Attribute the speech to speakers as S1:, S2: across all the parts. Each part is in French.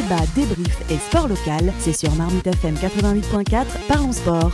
S1: débat, débrief et sport local, c'est sur Marmite FM 88.4, Parlons Sport.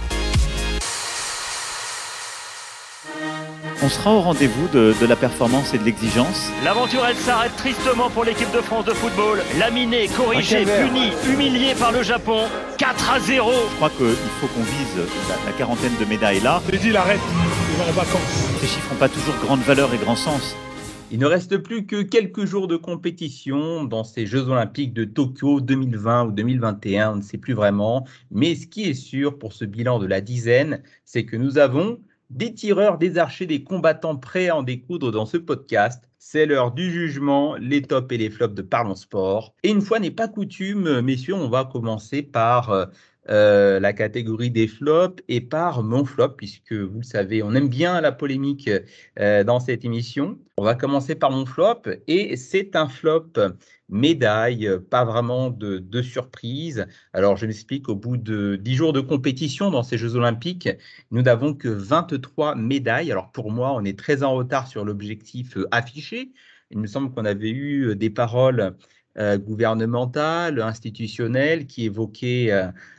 S2: On sera au rendez-vous de la performance et de l'exigence.
S3: L'aventure, elle s'arrête tristement pour l'équipe de France de football. Laminé, corrigé, puni, humilié par le Japon. 4-0.
S2: Je crois qu'il faut qu'on vise la quarantaine de médailles là.
S4: Il arrête, il va en vacances.
S2: Ces chiffres n'ont pas toujours grande valeur et grand sens.
S5: Il ne reste plus que quelques jours de compétition dans ces Jeux Olympiques de Tokyo 2020 ou 2021, on ne sait plus vraiment. Mais ce qui est sûr pour ce bilan de la dizaine, c'est que nous avons des tireurs, des archers, des combattants prêts à en découdre dans ce podcast. C'est l'heure du jugement, les tops et les flops de Parlons Sport. Et une fois n'est pas coutume, messieurs, on va commencer par la catégorie des flops et par mon flop, puisque vous le savez, on aime bien la polémique dans cette émission. On va commencer par mon flop et c'est un flop médaille, pas vraiment de surprise. Alors je m'explique, au bout de 10 jours de compétition dans ces Jeux Olympiques, nous n'avons que 23 médailles. Alors pour moi, on est très en retard sur l'objectif affiché. Il me semble qu'on avait eu des paroles gouvernementales, institutionnelles, qui évoquaient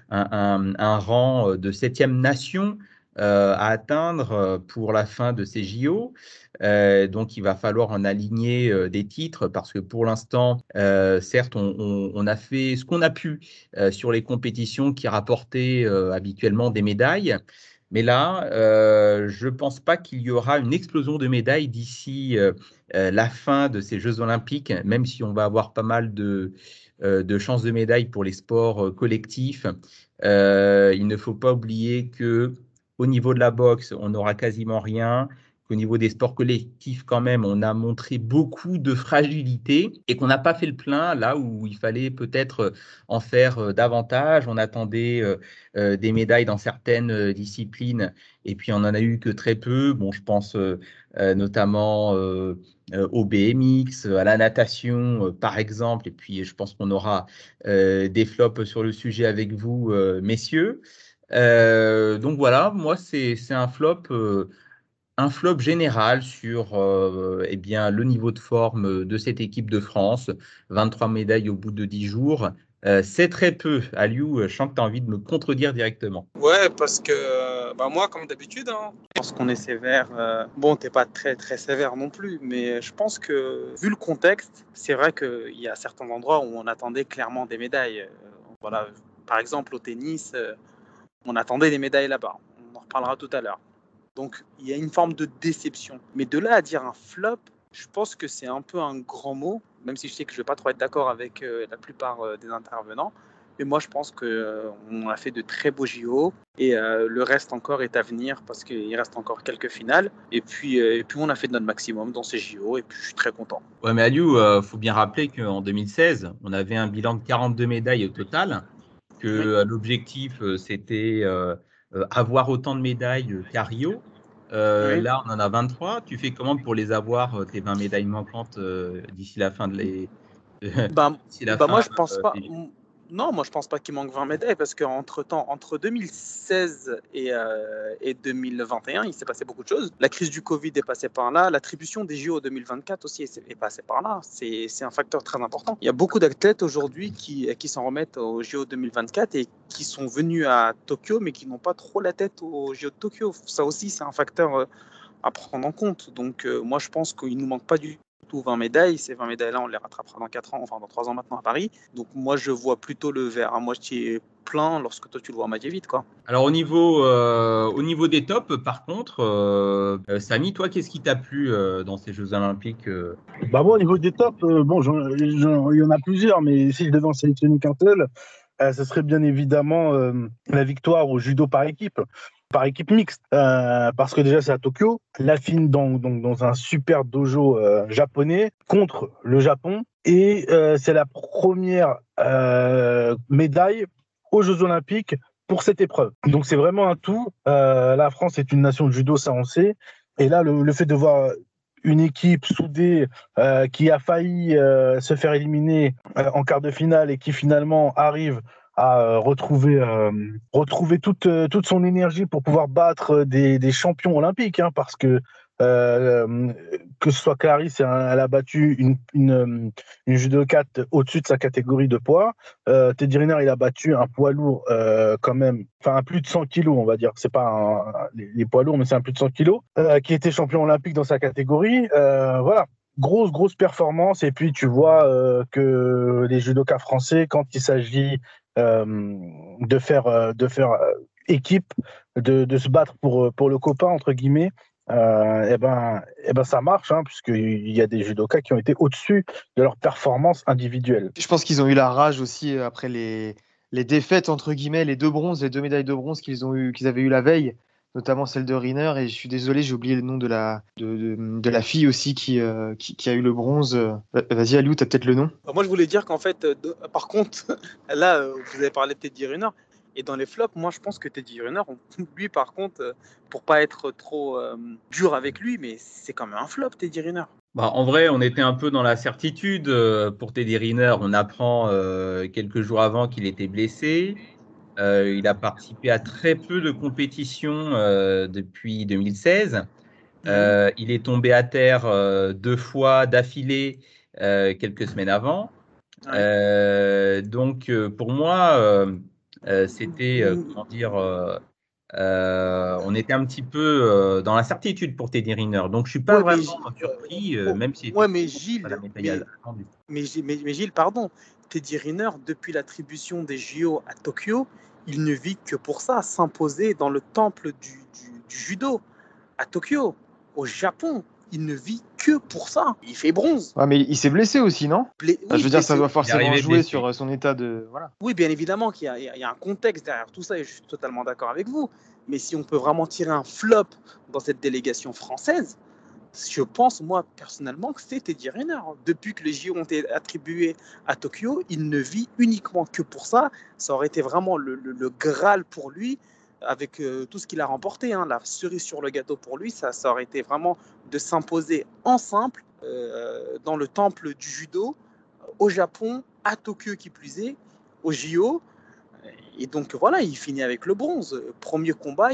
S5: un rang de 7e nation à atteindre pour la fin de ces JO. Donc, il va falloir en aligner des titres parce que pour l'instant, certes, on a fait ce qu'on a pu sur les compétitions qui rapportaient habituellement des médailles. Mais là, je ne pense pas qu'il y aura une explosion de médailles d'ici la fin de ces Jeux Olympiques, même si on va avoir pas mal de chances de médailles pour les sports collectifs. Il ne faut pas oublier qu'au niveau de la boxe, on n'aura quasiment rien. Qu'au niveau des sports collectifs, quand même, on a montré beaucoup de fragilité et qu'on n'a pas fait le plein là où il fallait peut-être en faire davantage. On attendait des médailles dans certaines disciplines et puis on n'en a eu que très peu. Bon, je pense notamment au BMX, à la natation, par exemple. Et puis, je pense qu'on aura des flops sur le sujet avec vous, messieurs. Donc voilà, moi, c'est un flop. Un flop général sur eh bien, le niveau de forme de cette équipe de France. 23 médailles au bout de 10 jours. C'est très peu. Aliou, je sens que tu as envie de me contredire directement.
S6: Ouais, parce que moi, comme d'habitude, je pense qu'on est sévère. Bon, t'es pas très, très sévère non plus, mais je pense que, vu le contexte, c'est vrai qu'il y a certains endroits où on attendait clairement des médailles. Voilà, par exemple, au tennis, on attendait des médailles là-bas. On en reparlera tout à l'heure. Donc, il y a une forme de déception. Mais de là à dire un flop, je pense que c'est un peu un grand mot, même si je sais que je ne vais pas trop être d'accord avec la plupart des intervenants. Mais moi, je pense qu'on a fait de très beaux JO et le reste encore est à venir parce qu'il reste encore quelques finales. Et puis, on a fait de notre maximum dans ces JO et puis je suis très content.
S5: Ouais, mais Aliou, faut bien rappeler qu'en 2016, on avait un bilan de 42 médailles au total, que l'objectif, c'était avoir autant de médailles qu'à Rio. Là, on en a 23. Tu fais comment pour les avoir, tes 20 médailles manquantes d'ici la fin de les...
S6: moi, je pense pas... Non, moi je pense pas qu'il manque 20 médailles parce qu'entre-temps, entre 2016 et 2021, il s'est passé beaucoup de choses. La crise du Covid est passée par là, l'attribution des JO 2024 aussi est passée par là. C'est un facteur très important. Il y a beaucoup d'athlètes aujourd'hui qui s'en remettent aux JO 2024 et qui sont venus à Tokyo mais qui n'ont pas trop la tête aux JO de Tokyo. Ça aussi, c'est un facteur à prendre en compte. Donc moi je pense qu'il nous manque pas du tout 20 médailles. Ces 20 médailles-là, on les rattrapera dans 4 ans, enfin dans 3 ans maintenant à Paris. Donc moi, je vois plutôt le verre à moitié plein lorsque toi, tu le vois à moitié vide, quoi.
S5: Alors, au niveau des tops, par contre, Samy, toi, qu'est-ce qui t'a plu dans ces Jeux Olympiques
S4: Moi, au niveau des tops, il y en a plusieurs, mais si je devais en sélectionner qu'un seul, ce serait bien évidemment la victoire au judo par équipe mixte, parce que déjà c'est à Tokyo, la Chine dans un super dojo japonais contre le Japon, et c'est la première médaille aux Jeux Olympiques pour cette épreuve. Donc c'est vraiment un tout. La France est une nation de judo, ça on sait, et là le fait de voir une équipe soudée qui a failli se faire éliminer en quart de finale et qui finalement arrive à retrouver toute son énergie pour pouvoir battre des champions olympiques, parce que Que ce soit Clarisse, elle a battu une judokate au-dessus de sa catégorie de poids. Teddy Riner, il a battu un poids lourd quand même, enfin un plus de 100 kilos, on va dire. C'est pas les poids lourds, mais c'est un plus de 100 kilos, qui était champion olympique dans sa catégorie. Voilà. Grosse performance. Et puis, tu vois que les judokas français, quand il s'agit de faire équipe, de se battre pour le copain, entre guillemets, eh ben, ça marche, hein, puisqu'il y a des judokas qui ont été au-dessus de leur performance individuelle.
S7: Je pense qu'ils ont eu la rage aussi après les défaites, entre guillemets, les deux médailles de bronze qu'ils avaient eu la veille, notamment celle de Riner. Et je suis désolé, j'ai oublié le nom de la fille aussi qui a eu le bronze. Vas-y, Aliou, tu as peut-être le nom?
S6: Moi, je voulais dire qu'en fait, par contre, là, vous avez parlé de Teddy Riner. Et dans les flops, moi, je pense que Teddy Riner, lui, par contre, pour pas être trop dur avec lui, mais c'est quand même un flop, Teddy Riner.
S5: Bah, en vrai, on était un peu dans la certitude pour Teddy Riner. On apprend quelques jours avant qu'il était blessé. Il a participé à très peu de compétitions depuis 2016. Il est tombé à terre 2 fois d'affilée quelques semaines avant. Ouais. Donc, pour moi, c'était, comment dire, on était un petit peu dans l'incertitude pour Teddy Riner. Donc, je ne suis pas vraiment surpris, même si
S6: mais Gilles, la médaille mais Gilles, pardon, Teddy Riner, depuis l'attribution des JO à Tokyo, il ne vit que pour ça, s'imposer dans le temple du judo à Tokyo, au Japon. Il ne vit que pour ça. Il fait bronze.
S7: Ouais, mais il s'est blessé aussi, non?
S6: Oui,
S7: je veux dire, ça doit forcément jouer sur son état de... Voilà.
S6: Oui, bien évidemment qu'il y a un contexte derrière tout ça, et je suis totalement d'accord avec vous. Mais si on peut vraiment tirer un flop dans cette délégation française, je pense, moi, personnellement, que c'est Teddy Riner. Depuis que les JO ont été attribués à Tokyo, il ne vit uniquement que pour ça. Ça aurait été vraiment le Graal pour lui, avec tout ce qu'il a remporté, hein, la cerise sur le gâteau pour lui, ça aurait été vraiment de s'imposer en simple dans le temple du judo, au Japon, à Tokyo qui plus est, au JO. Et donc voilà, il finit avec le bronze. Premier combat,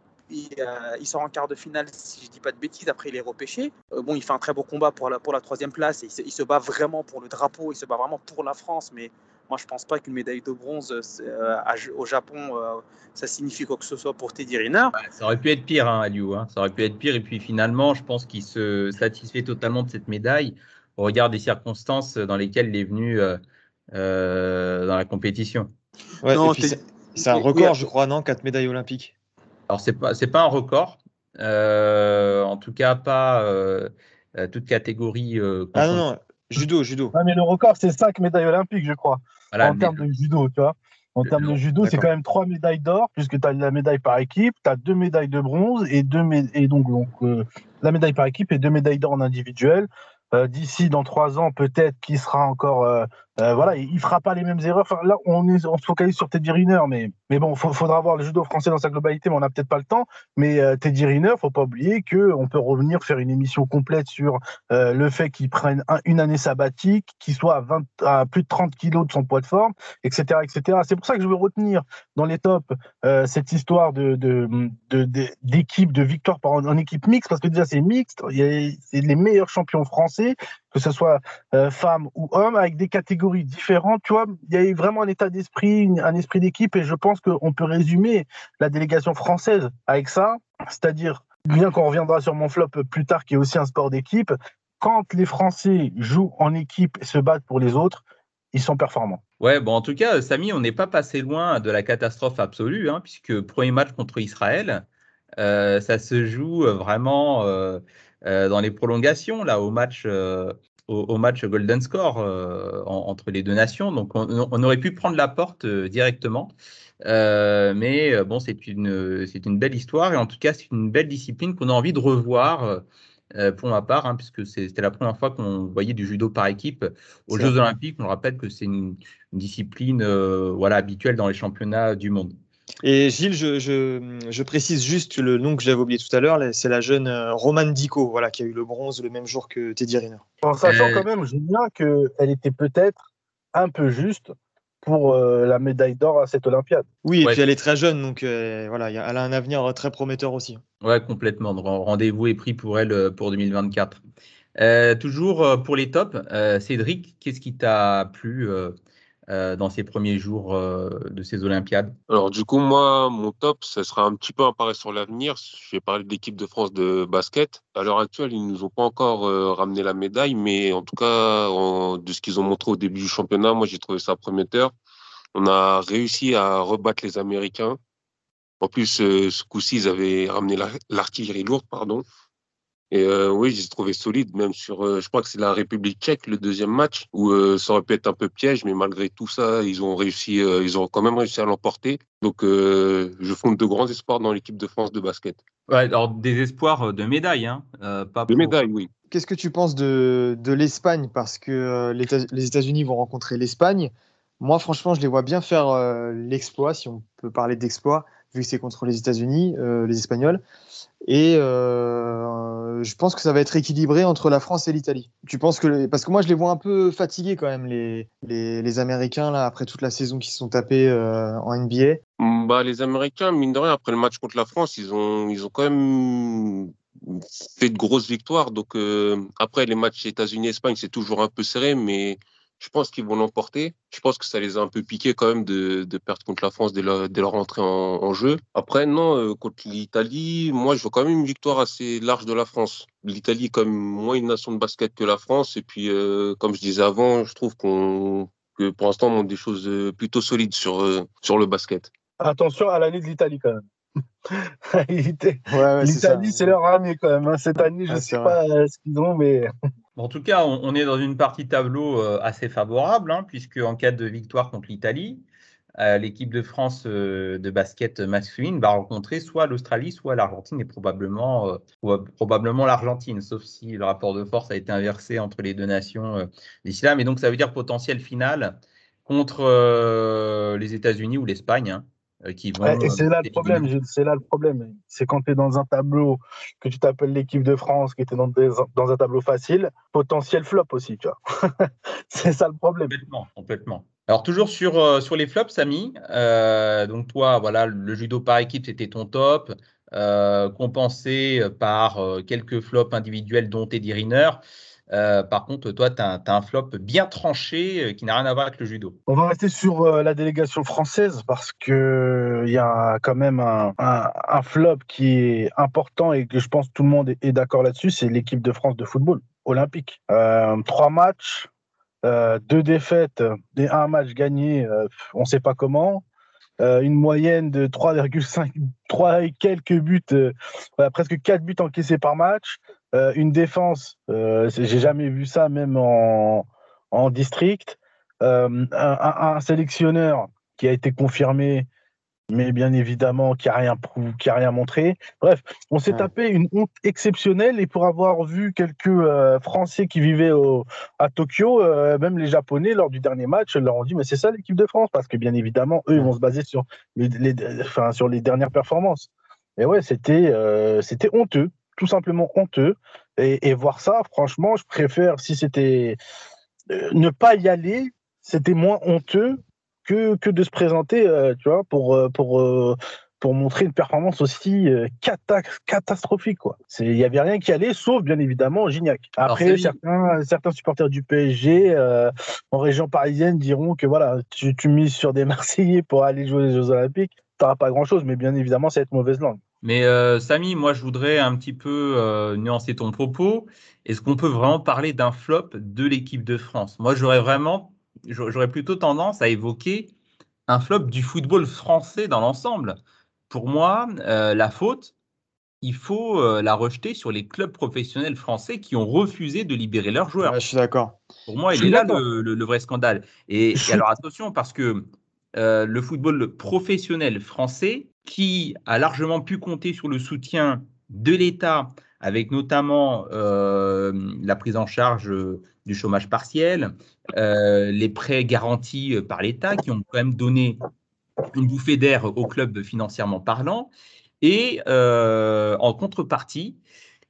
S6: il sort en quart de finale, si je ne dis pas de bêtises, après il est repêché. Il fait un très beau combat pour la 3e place, et il se bat vraiment pour le drapeau, il se bat vraiment pour la France, mais moi je ne pense pas qu'une médaille de bronze au Japon, ça signifie quoi que ce soit pour Teddy Riner.
S5: Ça aurait pu être pire, hein, Aliou, hein. Ça aurait pu être pire, et puis finalement, je pense qu'il se satisfait totalement de cette médaille au regard des circonstances dans lesquelles il est venu dans la compétition.
S7: Ouais, non, et puis c'est un record, je crois, non, 4 médailles olympiques.
S5: Alors, c'est pas un record, en tout cas pas toute catégorie.
S7: Ah non, judo.
S4: Ah, mais le record, c'est 5 médailles olympiques, je crois, voilà, en termes de judo, tu vois. En termes de judo, c'est quand même 3 médailles d'or, puisque tu as la médaille par équipe, tu as 2 médailles de bronze, et donc la médaille par équipe et 2 médailles d'or en individuel. D'ici, dans 3 ans, peut-être qu'il sera encore... voilà, il ne fera pas les mêmes erreurs. Enfin, là, on se focalise sur Teddy Riner, mais bon, il faudra voir le judo français dans sa globalité, mais on n'a peut-être pas le temps. Mais Teddy Riner, il ne faut pas oublier qu'on peut revenir faire une émission complète sur le fait qu'il prenne une année sabbatique, qu'il soit à plus de 30 kilos de son poids de forme, etc. etc. C'est pour ça que je veux retenir dans les tops cette histoire d'équipe, de victoire en équipe mixte, parce que déjà, c'est mixte, c'est les meilleurs champions français, que ce soit femmes ou hommes, avec des catégories différentes. Tu vois, il y a eu vraiment un état d'esprit, un esprit d'équipe, et je pense qu'on peut résumer la délégation française avec ça, c'est-à-dire, bien qu'on reviendra sur mon flop plus tard, qui est aussi un sport d'équipe, quand les Français jouent en équipe et se battent pour les autres, ils sont performants.
S5: Ouais, bon, en tout cas, Samy, on n'est pas passé loin de la catastrophe absolue, hein, puisque premier match contre Israël, ça se joue vraiment dans les prolongations, là, au match Golden Score entre les deux nations. Donc, on aurait pu prendre la porte directement. Mais bon, c'est une belle histoire, et en tout cas, c'est une belle discipline qu'on a envie de revoir. Pour ma part, hein, puisque c'était la première fois qu'on voyait du judo par équipe aux Jeux Olympiques. On le rappelle que c'est une discipline habituelle dans les championnats du monde.
S7: Et Gilles, je précise juste le nom que j'avais oublié tout à l'heure, c'est la jeune Romane Dico, voilà, qui a eu le bronze le même jour que Teddy Riner.
S4: En sachant quand même, Julien, qu'elle était peut-être un peu juste pour la médaille d'or à cette Olympiade.
S7: Oui, et
S5: Ouais.
S7: puis elle est très jeune, donc voilà, elle a un avenir très prometteur aussi.
S5: Ouais, complètement. Rendez-vous est pris pour elle pour 2024. Toujours pour les tops, Cédric, qu'est-ce qui t'a plu dans ces premiers jours de ces Olympiades?
S8: Alors du coup, moi, mon top, ce sera un petit peu un pari sur l'avenir. Je vais parler de l'équipe de France de basket. À l'heure actuelle, ils nous ont pas encore ramené la médaille, mais en tout cas, de ce qu'ils ont montré au début du championnat, moi, j'ai trouvé ça prometteur. On a réussi à rebattre les Américains. En plus, ce coup-ci, ils avaient ramené l'artillerie lourde, pardon. Et oui, j'ai trouvé solide, même sur, je crois que c'est la République tchèque, le deuxième match, où ça aurait pu être un peu piège, mais malgré tout ça, ils ont quand même réussi à l'emporter. Donc, je fonde de grands espoirs dans l'équipe de France de basket.
S5: Ouais, alors des espoirs de médaille, hein, pas
S8: De
S5: pour...
S8: médailles, oui.
S7: Qu'est-ce que tu penses de l'Espagne? Parce que les États-Unis vont rencontrer l'Espagne. Moi, franchement, je les vois bien faire l'exploit, si on peut parler d'exploit, vu que c'est contre les États-Unis, les Espagnols. Et je pense que ça va être équilibré entre la France et l'Italie. Tu penses que parce que moi, je les vois un peu fatigués quand même, les Américains, là, après toute la saison qu'ils se sont tapés en NBA.
S8: Bah, les Américains, mine de rien, après le match contre la France, ils ont quand même fait de grosses victoires. Donc, après, les matchs États-Unis-Espagne, c'est toujours un peu serré, mais je pense qu'ils vont l'emporter. Je pense que ça les a un peu piqués quand même de perdre contre la France dès leur entrée en jeu. Après, non, contre l'Italie, moi, je vois quand même une victoire assez large de la France. L'Italie est quand même moins une nation de basket que la France. Et puis, comme je disais avant, je trouve que pour l'instant, on montre des choses plutôt solides sur le basket.
S4: Attention à l'année de l'Italie quand même.
S7: Ouais, c'est ça.
S4: L'Italie, c'est leur année quand même. Cette année, je ne sais pas ce qu'ils ont, mais.
S5: En tout cas, on est dans une partie tableau assez favorable, hein, puisque en cas de victoire contre l'Italie, l'équipe de France de basket masculine va rencontrer soit l'Australie, soit l'Argentine, et probablement l'Argentine, sauf si le rapport de force a été inversé entre les deux nations d'ici là. Mais donc, ça veut dire potentiel final contre les États-Unis ou l'Espagne, hein, qui vont.
S4: Et c'est là le problème, Gilles, c'est là le problème. C'est quand tu es dans un tableau que tu t'appelles l'équipe de France, qui était dans un tableau facile, potentiel flop aussi, tu vois. C'est ça le problème.
S5: Complètement. Alors, toujours sur les flops, Samy. Donc, toi, voilà, le judo par équipe, c'était ton top, compensé par quelques flops individuels, dont Teddy Riner. Par contre, toi, tu as un flop bien tranché qui n'a rien à voir avec le judo.
S4: On va rester sur la délégation française parce qu'il y a quand même un flop qui est important et que je pense que tout le monde est d'accord là-dessus, c'est l'équipe de France de football olympique. 3 matchs, 2 défaites et 1 match gagné, on ne sait pas comment. Une moyenne de 3,5, 3 et quelques buts, presque 4 buts encaissés par match. Une défense, j'ai jamais vu ça, même en district. Un sélectionneur qui a été confirmé, mais bien évidemment qui n'a rien montré. Bref, on s'est tapé une honte exceptionnelle, et pour avoir vu quelques Français qui vivaient à Tokyo, même les Japonais, lors du dernier match, leur ont dit mais c'est ça l'équipe de France, parce que bien évidemment, eux, ils vont se baser sur les dernières performances. Et ouais, c'était honteux, tout simplement honteux. Et voir ça, franchement, je préfère, si c'était ne pas y aller, c'était moins honteux que de se présenter, tu vois, pour montrer une performance aussi catastrophique, quoi. Il n'y avait rien qui allait, sauf bien évidemment Gignac. Après, certains supporters du PSG en région parisienne diront que voilà, tu mises sur des Marseillais pour aller jouer aux Jeux Olympiques, tu n'auras pas grand-chose, mais bien évidemment, ça va être mauvaise langue.
S5: Mais Samy, moi, je voudrais un petit peu nuancer ton propos. Est-ce qu'on peut vraiment parler d'un flop de l'équipe de France? Moi, j'aurais plutôt tendance à évoquer un flop du football français dans l'ensemble. Pour moi, la faute, il faut la rejeter sur les clubs professionnels français qui ont refusé de libérer leurs joueurs.
S7: Ouais, je suis d'accord.
S5: Pour moi, il est là le vrai scandale. Et alors attention, parce que le football professionnel français, qui a largement pu compter sur le soutien de l'État, avec notamment la prise en charge du chômage partiel, les prêts garantis par l'État, qui ont quand même donné une bouffée d'air au club financièrement parlant. Et en contrepartie,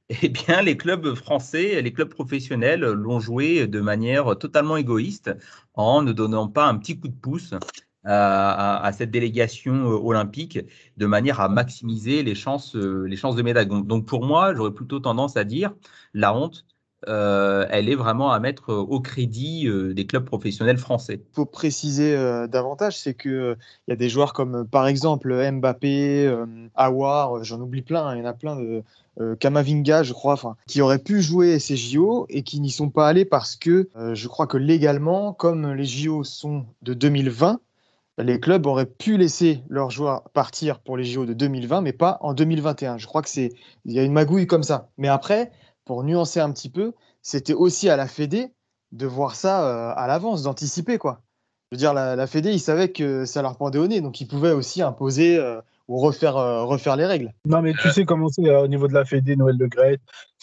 S5: Eh bien, les clubs français, les clubs professionnels l'ont joué de manière totalement égoïste en ne donnant pas un petit coup de pouce à cette délégation olympique de manière à maximiser les chances de médaille. Donc, pour moi, j'aurais plutôt tendance à dire la honte, elle est vraiment à mettre au crédit des clubs professionnels français.
S7: Il faut préciser davantage, c'est que il y a des joueurs comme par exemple Mbappé, Aouar, j'en oublie plein, il y en a plein de Kamavinga, je crois, qui auraient pu jouer ces JO et qui n'y sont pas allés parce que je crois que légalement, comme les JO sont de 2020, les clubs auraient pu laisser leurs joueurs partir pour les JO de 2020, mais pas en 2021. Je crois il y a une magouille comme ça. Mais après, pour nuancer un petit peu, c'était aussi à la Fédé de voir ça à l'avance, d'anticiper, quoi. Je veux dire, la Fédé, ils savaient que ça leur pendait au nez, donc ils pouvaient aussi imposer ou refaire les règles.
S4: Non, mais tu sais comment c'est au niveau de la Fédé, Noël Le Graët,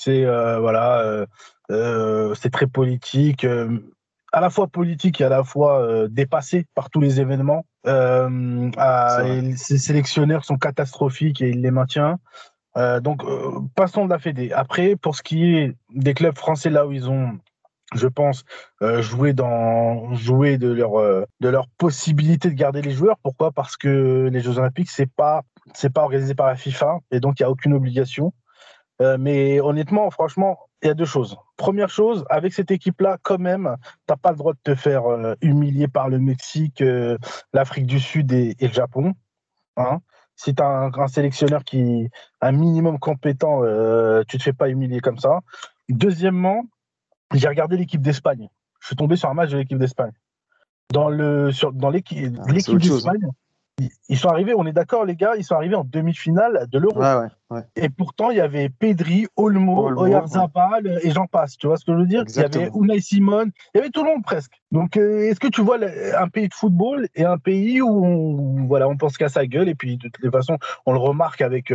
S4: c'est très politique, à la fois politique et à la fois dépassé par tous les événements. Et ces sélectionneurs sont catastrophiques et il les maintient. Donc, passons de la Fédé. Après, pour ce qui est des clubs français, là où ils ont, je pense, joué de leur possibilité de garder les joueurs. Pourquoi ? Parce que les Jeux Olympiques, c'est pas organisé par la FIFA et donc il n'y a aucune obligation. Mais honnêtement, franchement, il y a deux choses. Première chose, avec cette équipe-là, quand même, t'as pas le droit de te faire humilier par le Mexique, l'Afrique du Sud et le Japon. Hein. Si tu as un sélectionneur qui est un minimum compétent, tu te fais pas humilier comme ça. Deuxièmement, j'ai regardé l'équipe d'Espagne. Je suis tombé sur un match de l'équipe d'Espagne. Dans l'équipe d'Espagne, ils sont arrivés, on est d'accord les gars, ils sont arrivés en demi-finale de l'Euro.
S7: Ouais.
S4: Et pourtant, il y avait Pedri, Olmo, Oyarzabal et j'en passe. Tu vois ce que je veux dire ?
S7: Exactement.
S4: Il y avait Unai Simon, il y avait tout le monde presque. Donc, est-ce que tu vois un pays de football et un pays où on pense qu'à sa gueule et puis de toute façon, on le remarque avec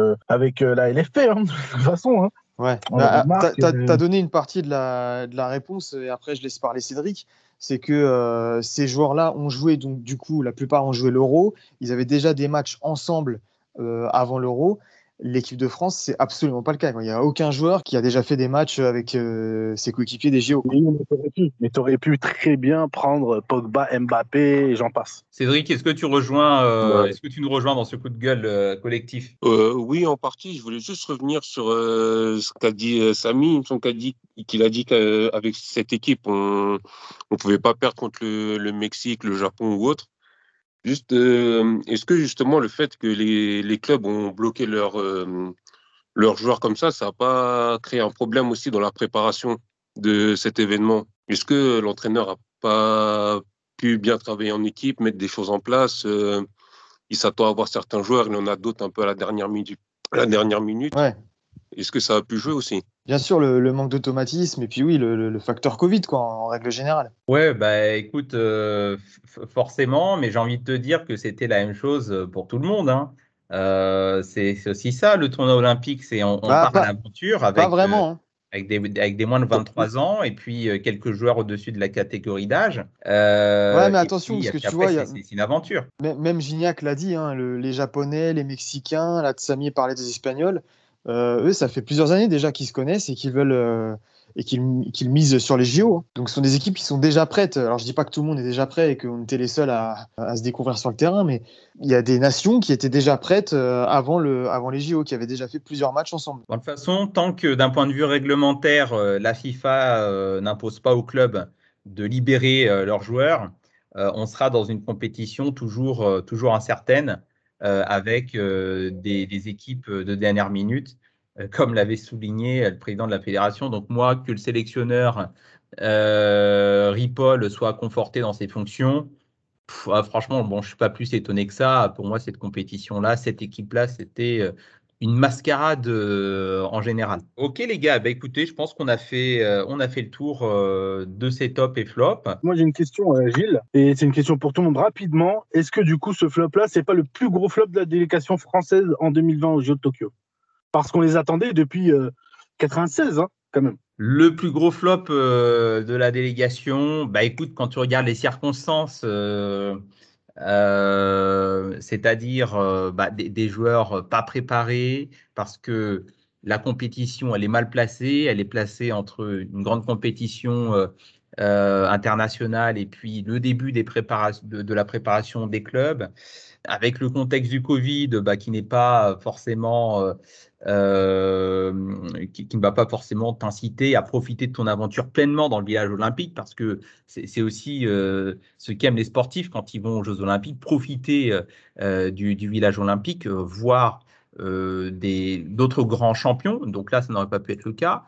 S4: la LFP, hein, de toute façon. Hein.
S7: Ouais. T'as donné une partie de la réponse et après je laisse parler Cédric. C'est que ces joueurs-là ont joué, donc du coup, la plupart ont joué l'Euro. Ils avaient déjà des matchs ensemble avant l'Euro. L'équipe de France, c'est absolument pas le cas. Il n'y a aucun joueur qui a déjà fait des matchs avec ses coéquipiers des JO.
S4: Oui, mais t'aurais pu très bien prendre Pogba, Mbappé et j'en passe.
S5: Cédric, est-ce que tu nous rejoins dans ce coup de gueule collectif ?
S8: Oui, en partie. Je voulais juste revenir sur ce qu'a dit Samy. Qu'il a dit qu'avec cette équipe, on pouvait pas perdre contre le Mexique, le Japon ou autre. Juste, est-ce que justement le fait que les clubs ont bloqué leurs joueurs comme ça n'a pas créé un problème aussi dans la préparation de cet événement ? Est-ce que l'entraîneur n'a pas pu bien travailler en équipe, mettre des choses en place ? Il s'attend à avoir certains joueurs, il y en a d'autres un peu à la dernière minute.
S7: Ouais.
S8: Est-ce que ça a pu jouer aussi ?
S7: Bien sûr, le manque d'automatisme et puis oui, le facteur Covid, quoi, en règle générale.
S5: Ouais, bah écoute, forcément, mais j'ai envie de te dire que c'était la même chose pour tout le monde. Hein. C'est aussi ça, le tournoi olympique, c'est on part à l'aventure avec,
S7: pas vraiment, hein.
S5: avec des moins de 23 ans et puis quelques joueurs au-dessus de la catégorie d'âge.
S7: Ouais, mais attention, parce que tu vois,
S5: c'est une aventure.
S7: Même Gignac l'a dit, hein, les Japonais, les Mexicains, là, Tsami parlait des Espagnols. Eux, ça fait plusieurs années déjà qu'ils se connaissent et qu'ils veulent et qu'ils misent sur les JO. Hein. Donc, ce sont des équipes qui sont déjà prêtes. Alors, je dis pas que tout le monde est déjà prêt et qu'on était les seuls à se découvrir sur le terrain, mais il y a des nations qui étaient déjà prêtes avant les JO, qui avaient déjà fait plusieurs matchs ensemble.
S5: De toute façon, tant que d'un point de vue réglementaire, la FIFA n'impose pas aux clubs de libérer leurs joueurs, on sera dans une compétition toujours incertaine. Avec des équipes de dernière minute, comme l'avait souligné le président de la fédération. Donc moi, que le sélectionneur Ripoll soit conforté dans ses fonctions, franchement, bon, je ne suis pas plus étonné que ça. Pour moi, cette compétition-là, cette équipe-là, c'était une mascarade en général. Ok les gars, bah, écoutez, je pense qu'on a fait le tour de ces tops et flops.
S4: Moi j'ai une question Gilles, et c'est une question pour tout le monde rapidement. Est-ce que du coup ce flop-là, c'est pas le plus gros flop de la délégation française en 2020 aux Jeux de Tokyo ? Parce qu'on les attendait depuis 96, hein, quand même.
S5: Le plus gros flop de la délégation, bah écoute, quand tu regardes les circonstances, c'est-à-dire des joueurs pas préparés, parce que la compétition, elle est mal placée. Elle est placée entre une grande compétition internationale et puis le début de la préparation des clubs. Avec le contexte du Covid, qui n'est pas forcément, qui ne va pas forcément t'inciter à profiter de ton aventure pleinement dans le village olympique, parce que c'est aussi ce qu'aiment les sportifs quand ils vont aux Jeux olympiques, profiter du village olympique, voir d'autres grands champions. Donc là, ça n'aurait pas pu être le cas.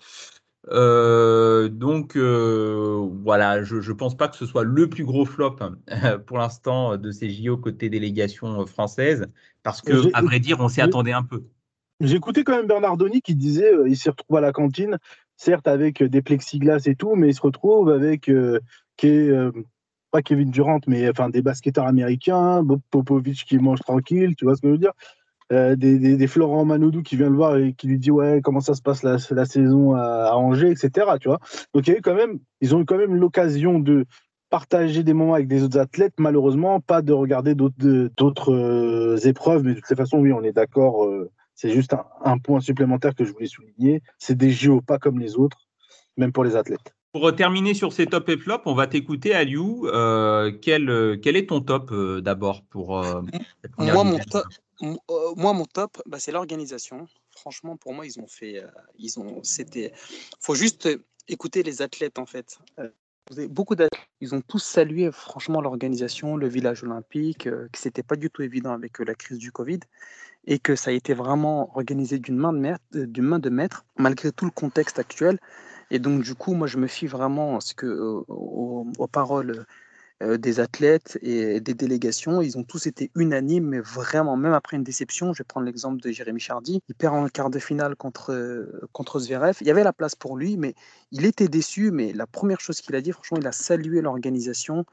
S5: Voilà, je pense pas que ce soit le plus gros flop pour l'instant de ces JO côté délégation française, parce que à vrai dire, on s'y attendait un peu.
S4: J'ai écouté quand même Bernardoni qui disait il s'y retrouve à la cantine, certes avec des plexiglas et tout, mais il se retrouve avec pas Kevin Durant, mais enfin des basketteurs américains, Bob Popovich qui mange tranquille, tu vois ce que je veux dire. Des Florent Manodou qui vient le voir et qui lui dit ouais comment ça se passe la saison à Angers, etc. Tu vois. Donc ils ont eu quand même l'occasion de partager des moments avec des autres athlètes, malheureusement pas de regarder d'autres épreuves, mais de toute façon oui on est d'accord, c'est juste un point supplémentaire que je voulais souligner, c'est des JO pas comme les autres, même pour les athlètes.
S5: Pour terminer sur ces top et flop, on va t'écouter, Aliou. Quel est ton top d'abord pour
S6: Moi, mon top, c'est l'organisation. Franchement, pour moi, faut juste écouter les athlètes, en fait. Vous avez beaucoup d'athlètes, ils ont tous salué, franchement, l'organisation, le village olympique, que c'était pas du tout évident avec la crise du Covid, et que ça a été vraiment organisé d'une main de maître, malgré tout le contexte actuel. Et donc, du coup, moi, je me fie vraiment aux paroles des athlètes et des délégations. Ils ont tous été unanimes, mais vraiment, même après une déception, je vais prendre l'exemple de Jérémy Chardy, il perd en quart de finale contre Zverev. Il y avait la place pour lui, mais il était déçu. Mais la première chose qu'il a dit, franchement, il a salué l'organisation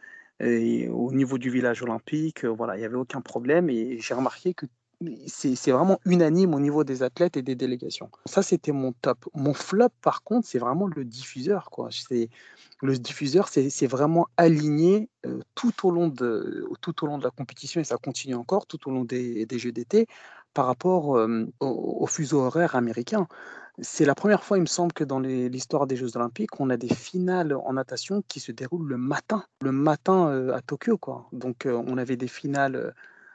S6: au niveau du village olympique. Voilà, il n'y avait aucun problème. Et j'ai remarqué que c'est vraiment unanime au niveau des athlètes et des délégations. Ça, c'était mon top. Mon flop, par contre, c'est vraiment le diffuseur, quoi. Le diffuseur, c'est vraiment aligné tout au long de la compétition, et ça continue encore tout au long des Jeux d'été, par rapport au fuseau horaire américain. C'est la première fois, il me semble, que dans l'histoire des Jeux olympiques, on a des finales en natation qui se déroulent le matin à Tokyo, quoi. Donc, on avait des finales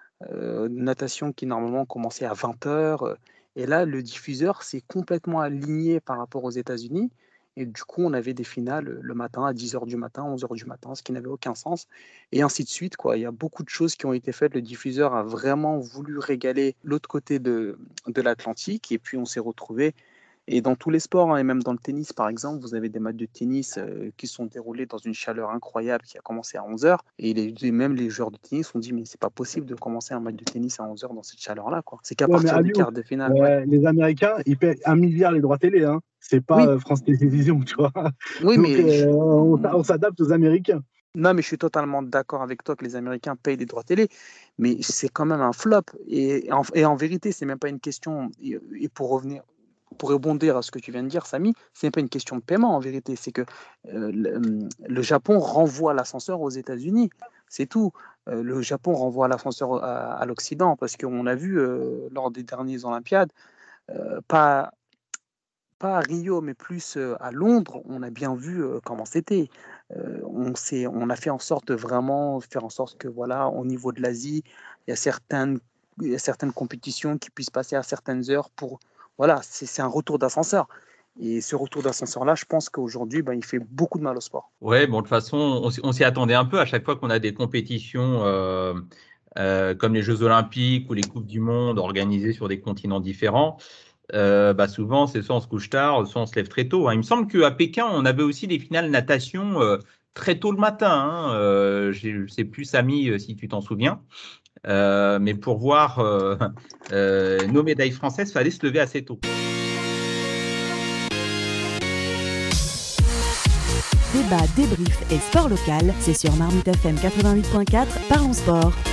S6: natation qui normalement commençait à 20h. Et là, le diffuseur s'est complètement aligné par rapport aux États-Unis. Et du coup, on avait des finales le matin à 10h du matin, 11h du matin, ce qui n'avait aucun sens. Et ainsi de suite, quoi. Il y a beaucoup de choses qui ont été faites. Le diffuseur a vraiment voulu régaler l'autre côté de l'Atlantique. Et puis, on s'est retrouvés. Et dans tous les sports, et même dans le tennis, par exemple, vous avez des matchs de tennis qui sont déroulés dans une chaleur incroyable qui a commencé à 11h. Et même les joueurs de tennis ont dit, mais c'est pas possible de commencer un match de tennis à 11h dans cette chaleur-là, quoi. C'est qu'à partir du quart de finale.
S4: Les Américains, ils paient 1 milliard les droits télé. Hein. C'est pas France Télévisions, tu vois. Oui, donc, mais on s'adapte aux Américains.
S6: Non, mais je suis totalement d'accord avec toi que les Américains payent des droits télé, mais c'est quand même un flop. Et en vérité, c'est même pas une question. Et pour rebondir à ce que tu viens de dire, Samy, ce n'est pas une question de paiement en vérité, c'est que le Japon renvoie l'ascenseur aux États-Unis, c'est tout. Le Japon renvoie l'ascenseur à l'Occident, parce qu'on a vu lors des dernières Olympiades, pas à Rio, mais plus à Londres, on a bien vu comment c'était. On a fait en sorte de vraiment faire en sorte que, voilà, au niveau de l'Asie, il y a certaines compétitions qui puissent passer à certaines heures pour... Voilà, c'est un retour d'ascenseur. Et ce retour d'ascenseur-là, je pense qu'aujourd'hui, il fait beaucoup de mal au sport.
S5: Ouais, bon, de toute façon, on s'y attendait un peu. À chaque fois qu'on a des compétitions comme les Jeux Olympiques ou les Coupes du Monde organisées sur des continents différents, souvent, c'est soit on se couche tard, soit on se lève très tôt. Hein. Il me semble qu'à Pékin, on avait aussi des finales natation très tôt le matin. Hein. Je ne sais plus, Samy, si tu t'en souviens. Mais pour voir nos médailles françaises, il fallait se lever assez tôt.
S1: Débat, débrief et sport local, c'est sur Marmite FM 88.4, Parlons Sport.